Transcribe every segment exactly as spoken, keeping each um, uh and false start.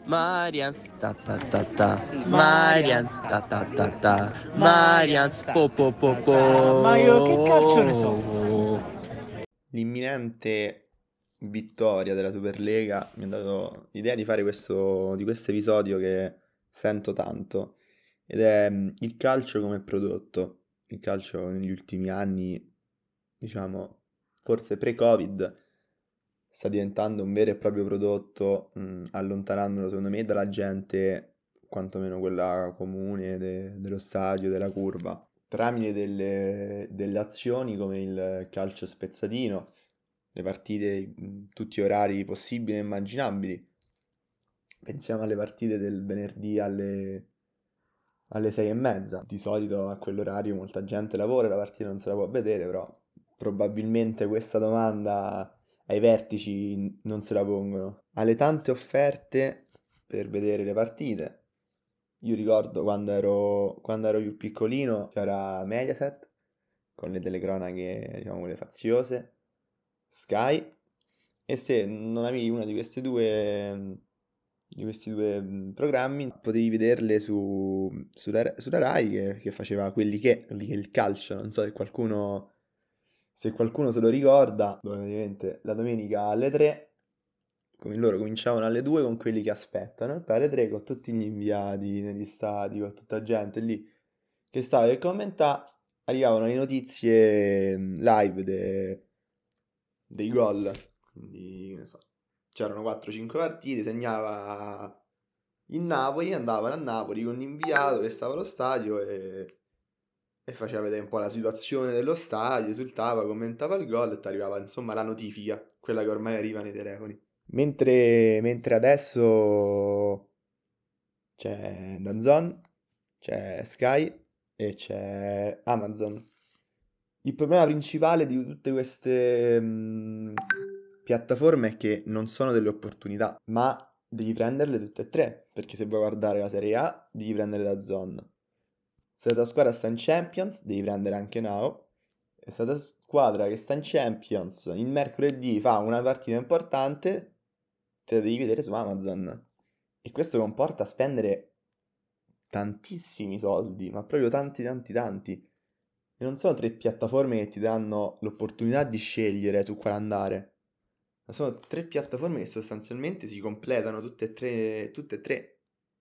Marians ta ta ta ta, Marians ta ta ta ta, Marians po po po po. Ma io che calcio ne so? L'imminente vittoria della Superlega mi ha dato l'idea di fare questo, di questo episodio che sento tanto, ed è mm, il calcio come prodotto. Il calcio negli ultimi anni, diciamo, forse pre-Covid, sta diventando un vero e proprio prodotto, mh, allontanandolo secondo me dalla gente, quantomeno quella comune de- dello stadio, della curva, tramite delle, delle azioni come il calcio spezzatino, le partite in tutti gli orari possibili e immaginabili. Pensiamo alle partite del venerdì alle, alle sei e mezza. Di solito a quell'orario molta gente lavora e la partita non se la può vedere, però probabilmente questa domanda ai vertici non se la pongono. Alle tante offerte per vedere le partite. Io ricordo quando ero, quando ero più piccolino c'era Mediaset con le telecronache, diciamo, quelle faziose, Sky, e se non avevi una di queste due, di questi due mm, programmi, potevi vederle su, sulla, sulla Rai che, che faceva quelli che, quelli che il calcio, non so se qualcuno, se qualcuno se lo ricorda, dove ovviamente la domenica alle tre, come loro cominciavano alle due con quelli che aspettano, e poi alle tre con tutti gli inviati negli stadi, con tutta gente lì che stava e commenta, arrivavano le notizie mm, live de- dei gol. Quindi, che ne so, c'erano quattro cinque partite, segnava il Napoli, andavano a Napoli con l'inviato che stava allo stadio e, e faceva vedere un po' la situazione dello stadio, esultava, commentava il gol e ti arrivava insomma la notifica, quella che ormai arriva nei telefoni. Mentre, mentre adesso c'è DAZN, c'è Sky e c'è Amazon. Il problema principale di tutte queste mm, piattaforme è che non sono delle opportunità, ma devi prenderle tutte e tre, perché se vuoi guardare la Serie A, devi prendere DAZN. Se la tua squadra sta in Champions, devi prendere anche Now. E se la tua squadra che sta in Champions il mercoledì fa una partita importante, te la devi vedere su Amazon. E questo comporta spendere tantissimi soldi, ma proprio tanti, tanti, tanti. E non sono tre piattaforme che ti danno l'opportunità di scegliere su quale andare. Ma sono tre piattaforme che sostanzialmente si completano tutte e tre, tutte e tre.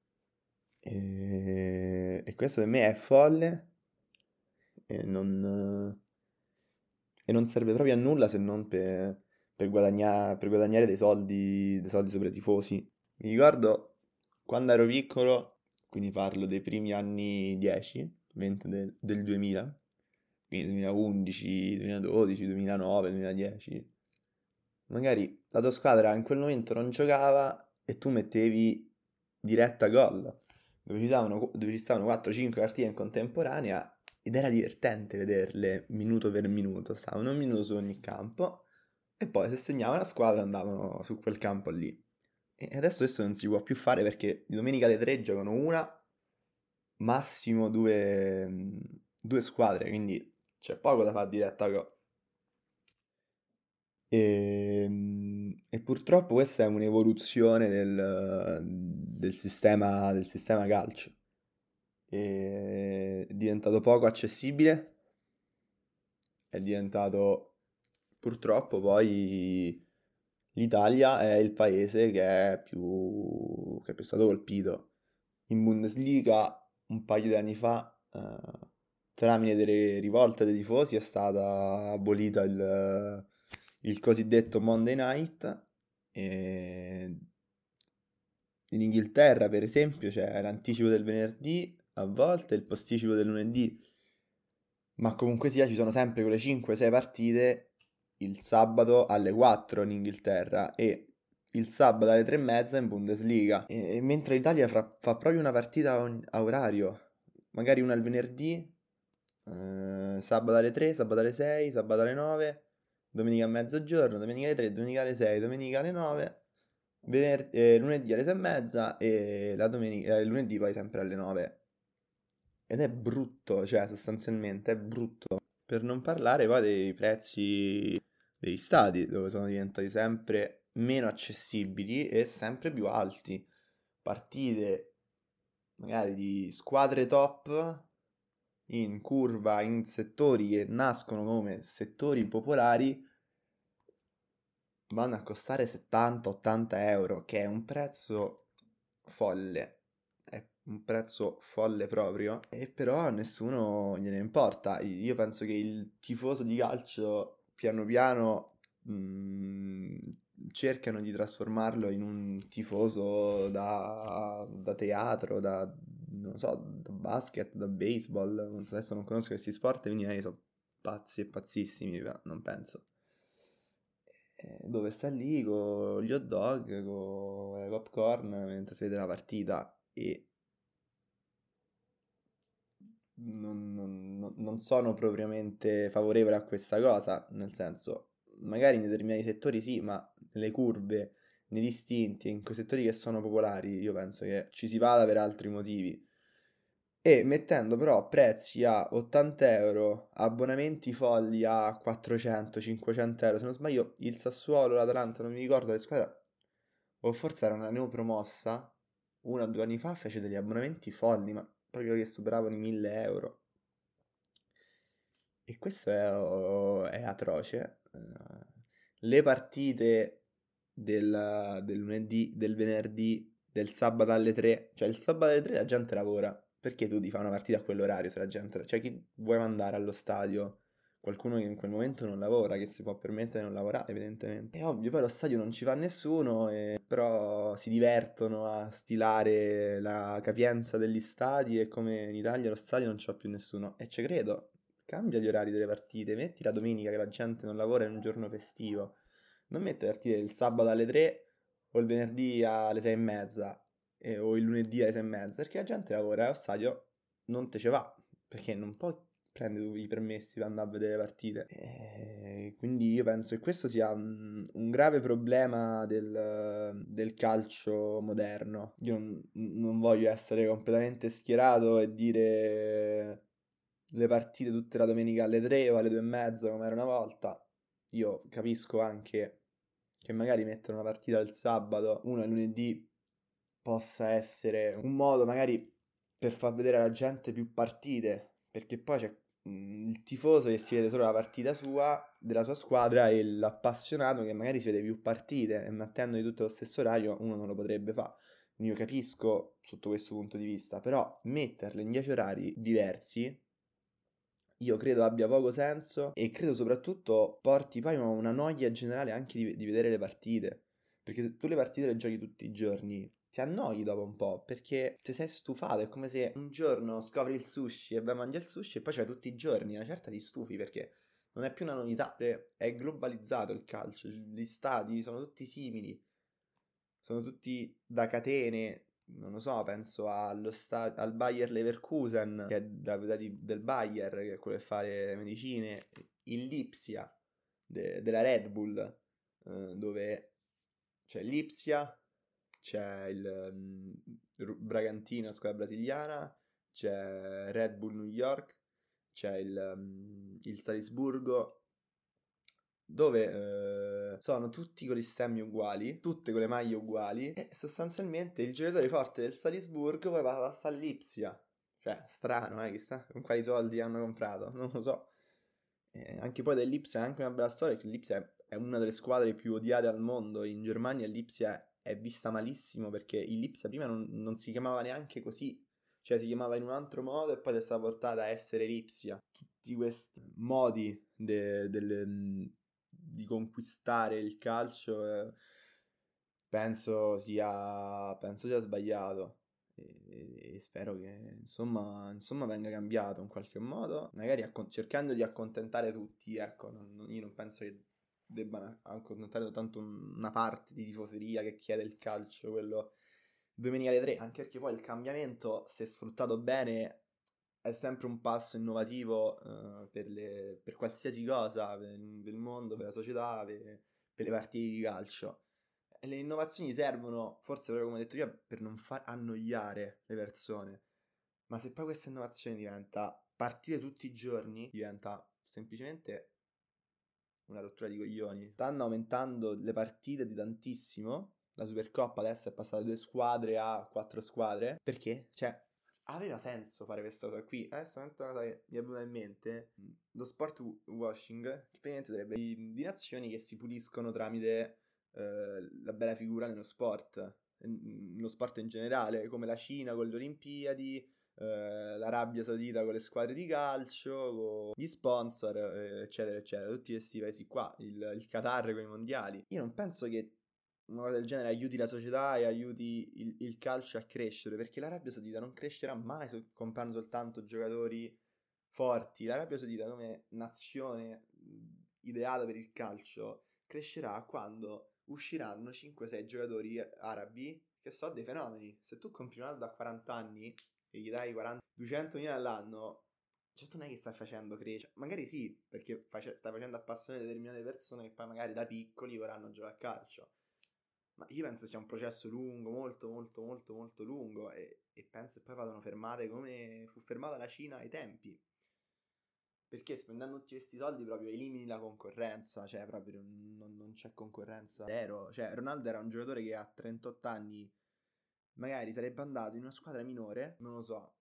E, e questo per me è folle e non, e non serve proprio a nulla se non per, per guadagna- per guadagnare dei soldi, dei soldi sopra i tifosi. Mi ricordo quando ero piccolo, quindi parlo dei primi anni dieci, ovviamente del, del duemila, quindi duemilaundici, duemiladodici, duemilanove, duemiladieci. Magari la tua squadra in quel momento non giocava e tu mettevi diretta gol, dove ci stavano, dove ci stavano quattro cinque partite in contemporanea ed era divertente vederle minuto per minuto, stavano un minuto su ogni campo e poi se segnava la squadra andavano su quel campo lì. E adesso questo non si può più fare perché di domenica alle tre giocano una, massimo due, mm, due squadre, quindi c'è poco da fare diretta gol. E, mm, e purtroppo questa è un'evoluzione del, del sistema, del sistema calcio. E è diventato poco accessibile, è diventato purtroppo poi l'Italia è il paese che è più, che è più stato colpito. In Bundesliga un paio di anni fa, eh, tramite delle rivolte dei tifosi, è stata abolita il, il cosiddetto Monday Night. E in Inghilterra, per esempio, c'è l'anticipo del venerdì, a volte il posticipo del lunedì, ma comunque sia ci sono sempre quelle cinque sei partite il sabato alle quattro in Inghilterra e il sabato alle tre e mezza in Bundesliga. E, e mentre l'Italia fra- fa proprio una partita a, ogni- a orario, magari una il venerdì, eh, sabato alle tre, sabato alle sei, sabato alle nove, domenica a mezzogiorno, domenica alle tre, domenica alle sei, domenica alle nove, vener- eh, lunedì alle sei e mezza e la domenica, eh, lunedì poi sempre alle nove. Ed è brutto, cioè sostanzialmente è brutto. Per non parlare poi dei prezzi degli stadi, dove sono diventati sempre meno accessibili e sempre più alti. partite magari di squadre top in curva, in settori che nascono come settori popolari, vanno a costare settanta ottanta euro, che è un prezzo folle, è un prezzo folle proprio, e però a nessuno gliene importa. Io penso che il tifoso di calcio piano piano mh, cercano di trasformarlo in un tifoso da, da teatro, da, non so, da basket, da baseball, non so, adesso non conosco questi sport, quindi magari sono pazzi e pazzissimi, ma non penso. Eh, Dove sta lì con gli hot dog, con i popcorn, mentre si vede la partita e non, non- non- non sono propriamente favorevole a questa cosa, nel senso, magari in determinati settori sì, ma nelle curve, nei distinti, in quei settori che sono popolari, io penso che ci si vada per altri motivi. E mettendo però prezzi a ottanta euro, abbonamenti folli a quattrocento cinquecento euro, se non sbaglio il Sassuolo, l'Atalanta, non mi ricordo le squadre, o forse era una neopromossa, uno o due anni fa fece degli abbonamenti folli, ma proprio che superavano i mille euro. E questo è, oh, è atroce. Eh, le partite del, del lunedì, del venerdì, del sabato alle tre, cioè il sabato alle tre la gente lavora. Perché tu ti fai una partita a quell'orario se la gente... Cioè chi vuoi mandare allo stadio? Qualcuno che in quel momento non lavora, che si può permettere di non lavorare, evidentemente. È ovvio, poi allo stadio non ci va nessuno, e... però si divertono a stilare la capienza degli stadi e come in Italia lo stadio non c'ha più nessuno. E ci credo, cambia gli orari delle partite, metti la domenica che la gente non lavora in un giorno festivo, non mettere le partite il sabato alle tre o il venerdì alle sei e mezza eh, o il lunedì alle sei e mezza, perché la gente lavora e allo stadio non te ce va, perché non puoi prendere i permessi per andare a vedere le partite. E quindi io penso che questo sia un, un grave problema del, del calcio moderno. Io non, non voglio essere completamente schierato e dire le partite tutte la domenica alle tre o alle due e mezza come era una volta. Io capisco anche che magari mettere una partita il sabato, una il lunedì, possa essere un modo magari per far vedere alla gente più partite, perché poi c'è mm, il tifoso che si vede solo la partita sua, della sua squadra, e l'appassionato che magari si vede più partite, e mettendoli tutte allo stesso orario uno non lo potrebbe fare. Io capisco sotto questo punto di vista, però metterle in dieci orari diversi io credo abbia poco senso, e credo soprattutto porti poi a una noia generale anche di, di vedere le partite. Perché se tu le partite le giochi tutti i giorni, ti annoi dopo un po', perché ti sei stufato. È come se un giorno scopri il sushi e vai a mangiare il sushi e poi c'è tutti i giorni, una certa ti stufi, perché non è più una novità, è globalizzato il calcio, gli stadi sono tutti simili, sono tutti da catene. Non lo so, penso allo sta- al Bayer Leverkusen, che è la proprietà di- del Bayer, che è quello che fa le medicine, il Lipsia de- della Red Bull, eh, dove c'è l'Ipsia, c'è il mm, Ru- Bragantino, squadra brasiliana, c'è Red Bull New York, c'è il, mm, il Salisburgo, dove eh, sono tutti con gli stemmi uguali, tutte con le maglie uguali, e sostanzialmente il giocatore forte del Salisburgo poi va a all'Ipsia. Cioè, strano, eh, chissà con quali soldi hanno comprato, non lo so. Eh, anche poi dell'Ipsia è anche una bella storia, che l'Ipsia è, è una delle squadre più odiate al mondo. In Germania l'Ipsia è vista malissimo perché il Lipsia prima non, non si chiamava neanche così, cioè si chiamava in un altro modo e poi è stata portata a essere Lipsia. Tutti questi modi de- del- di conquistare il calcio eh, penso sia, penso sia sbagliato. E, e spero che insomma, insomma venga cambiato in qualche modo, magari accon- cercando di accontentare tutti, ecco, non- non- io non penso che debbano accontentare soltanto un- una parte di tifoseria che chiede il calcio, quello domenica alle tre, anche perché poi il cambiamento, se sfruttato bene, è sempre un passo innovativo eh, per, le- per qualsiasi cosa, per, per il mondo, per la società, per, per le partite di calcio. E le innovazioni servono, forse proprio come ho detto io, per non far annoiare le persone. Ma se poi questa innovazione diventa partire tutti i giorni, diventa semplicemente una rottura di coglioni. Stanno aumentando le partite di tantissimo, la Supercoppa adesso è passata da due squadre a quattro squadre. Perché? Cioè, aveva senso fare questa cosa qui. Adesso è una cosa che mi è venuta in mente. Lo sport washing, che praticamente sarebbe di, di nazioni che si puliscono tramite eh, la bella figura nello sport. Nello sport in generale, come la Cina con le Olimpiadi, eh, l'Arabia Saudita con le squadre di calcio, con gli sponsor, eh, eccetera, eccetera. Tutti questi paesi qua, il, il Qatar con i mondiali. Io non penso che una cosa del genere aiuti la società e aiuti il, il calcio a crescere, perché l'Arabia Saudita non crescerà mai so- comprando soltanto giocatori forti. L'Arabia Saudita come nazione ideata per il calcio crescerà quando usciranno cinque sei giocatori arabi che sono dei fenomeni. Se tu compri Ronaldo a quaranta anni e gli dai quaranta, duecento milioni all'anno, cioè tu non è che stai facendo crescere, magari sì, perché face- stai facendo appassionare determinate persone che poi magari da piccoli vorranno giocare a calcio. Ma io penso sia un processo lungo, molto, molto, molto, molto lungo e, e penso che poi vadano fermate come fu fermata la Cina ai tempi. Perché spendendo tutti questi soldi proprio elimini la concorrenza, cioè proprio non, non c'è concorrenza zero. Cioè Ronaldo era un giocatore che a trentotto anni magari sarebbe andato in una squadra minore, non lo so,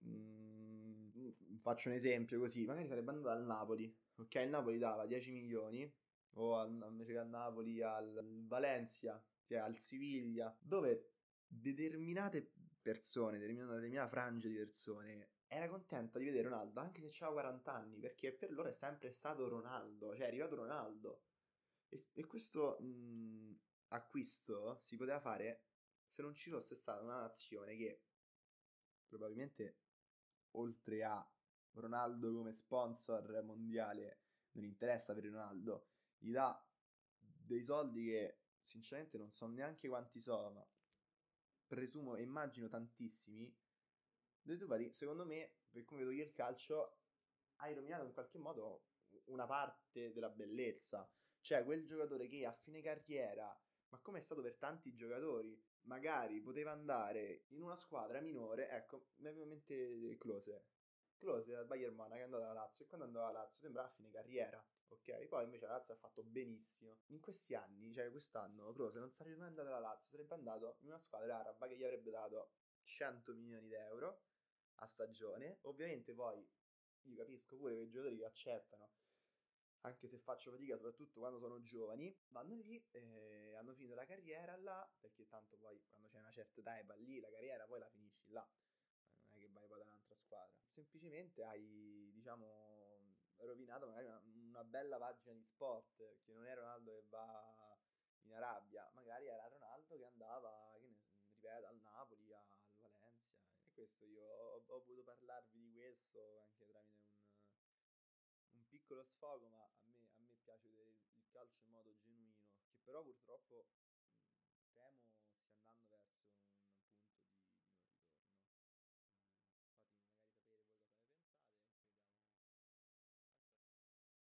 mm, faccio un esempio così, magari sarebbe andato al Napoli, ok? Il Napoli dava dieci milioni, o al, invece che al Napoli, al Valencia, cioè al Siviglia, dove determinate persone, determinata, determinata frangia di persone era contenta di vedere Ronaldo anche se aveva quaranta anni, perché per loro è sempre stato Ronaldo, cioè è arrivato Ronaldo. E, e questo mh, acquisto si poteva fare se non ci fosse stata una nazione che probabilmente oltre a Ronaldo come sponsor mondiale non interessa per Ronaldo, gli dà dei soldi che sinceramente non so neanche quanti sono, ma presumo e immagino tantissimi. Dove tu vedi, secondo me, per come vedo io il calcio, hai rovinato in qualche modo una parte della bellezza. Cioè, quel giocatore che a fine carriera, ma come è stato per tanti giocatori, magari poteva andare in una squadra minore. Ecco, mi è venuto in mente Klose. Klose dal Bayern Monaco è andato alla Lazio e quando andava alla Lazio sembrava a fine carriera. Ok, poi invece la Lazio ha fatto benissimo. In questi anni, cioè quest'anno, Klose non sarebbe mai andato alla Lazio, sarebbe andato in una squadra araba che gli avrebbe dato cento milioni di euro a stagione. Ovviamente poi io capisco pure che i giocatori che accettano, anche se faccio fatica, soprattutto quando sono giovani, vanno lì e hanno finito la carriera là, perché tanto poi quando c'è una certa età e va lì, la carriera poi la finisci là. Non è che vai poi da un'altra squadra. Semplicemente hai, diciamo, rovinato magari una, una bella pagina di sport, che non è Ronaldo che va in Arabia, magari era Ronaldo che andava, che ne, ripeto, al Napoli, al Valencia. E questo io ho, ho voluto parlarvi di questo anche tramite un, un piccolo sfogo, ma a me, a me piace vedere il calcio in modo genuino, che però purtroppo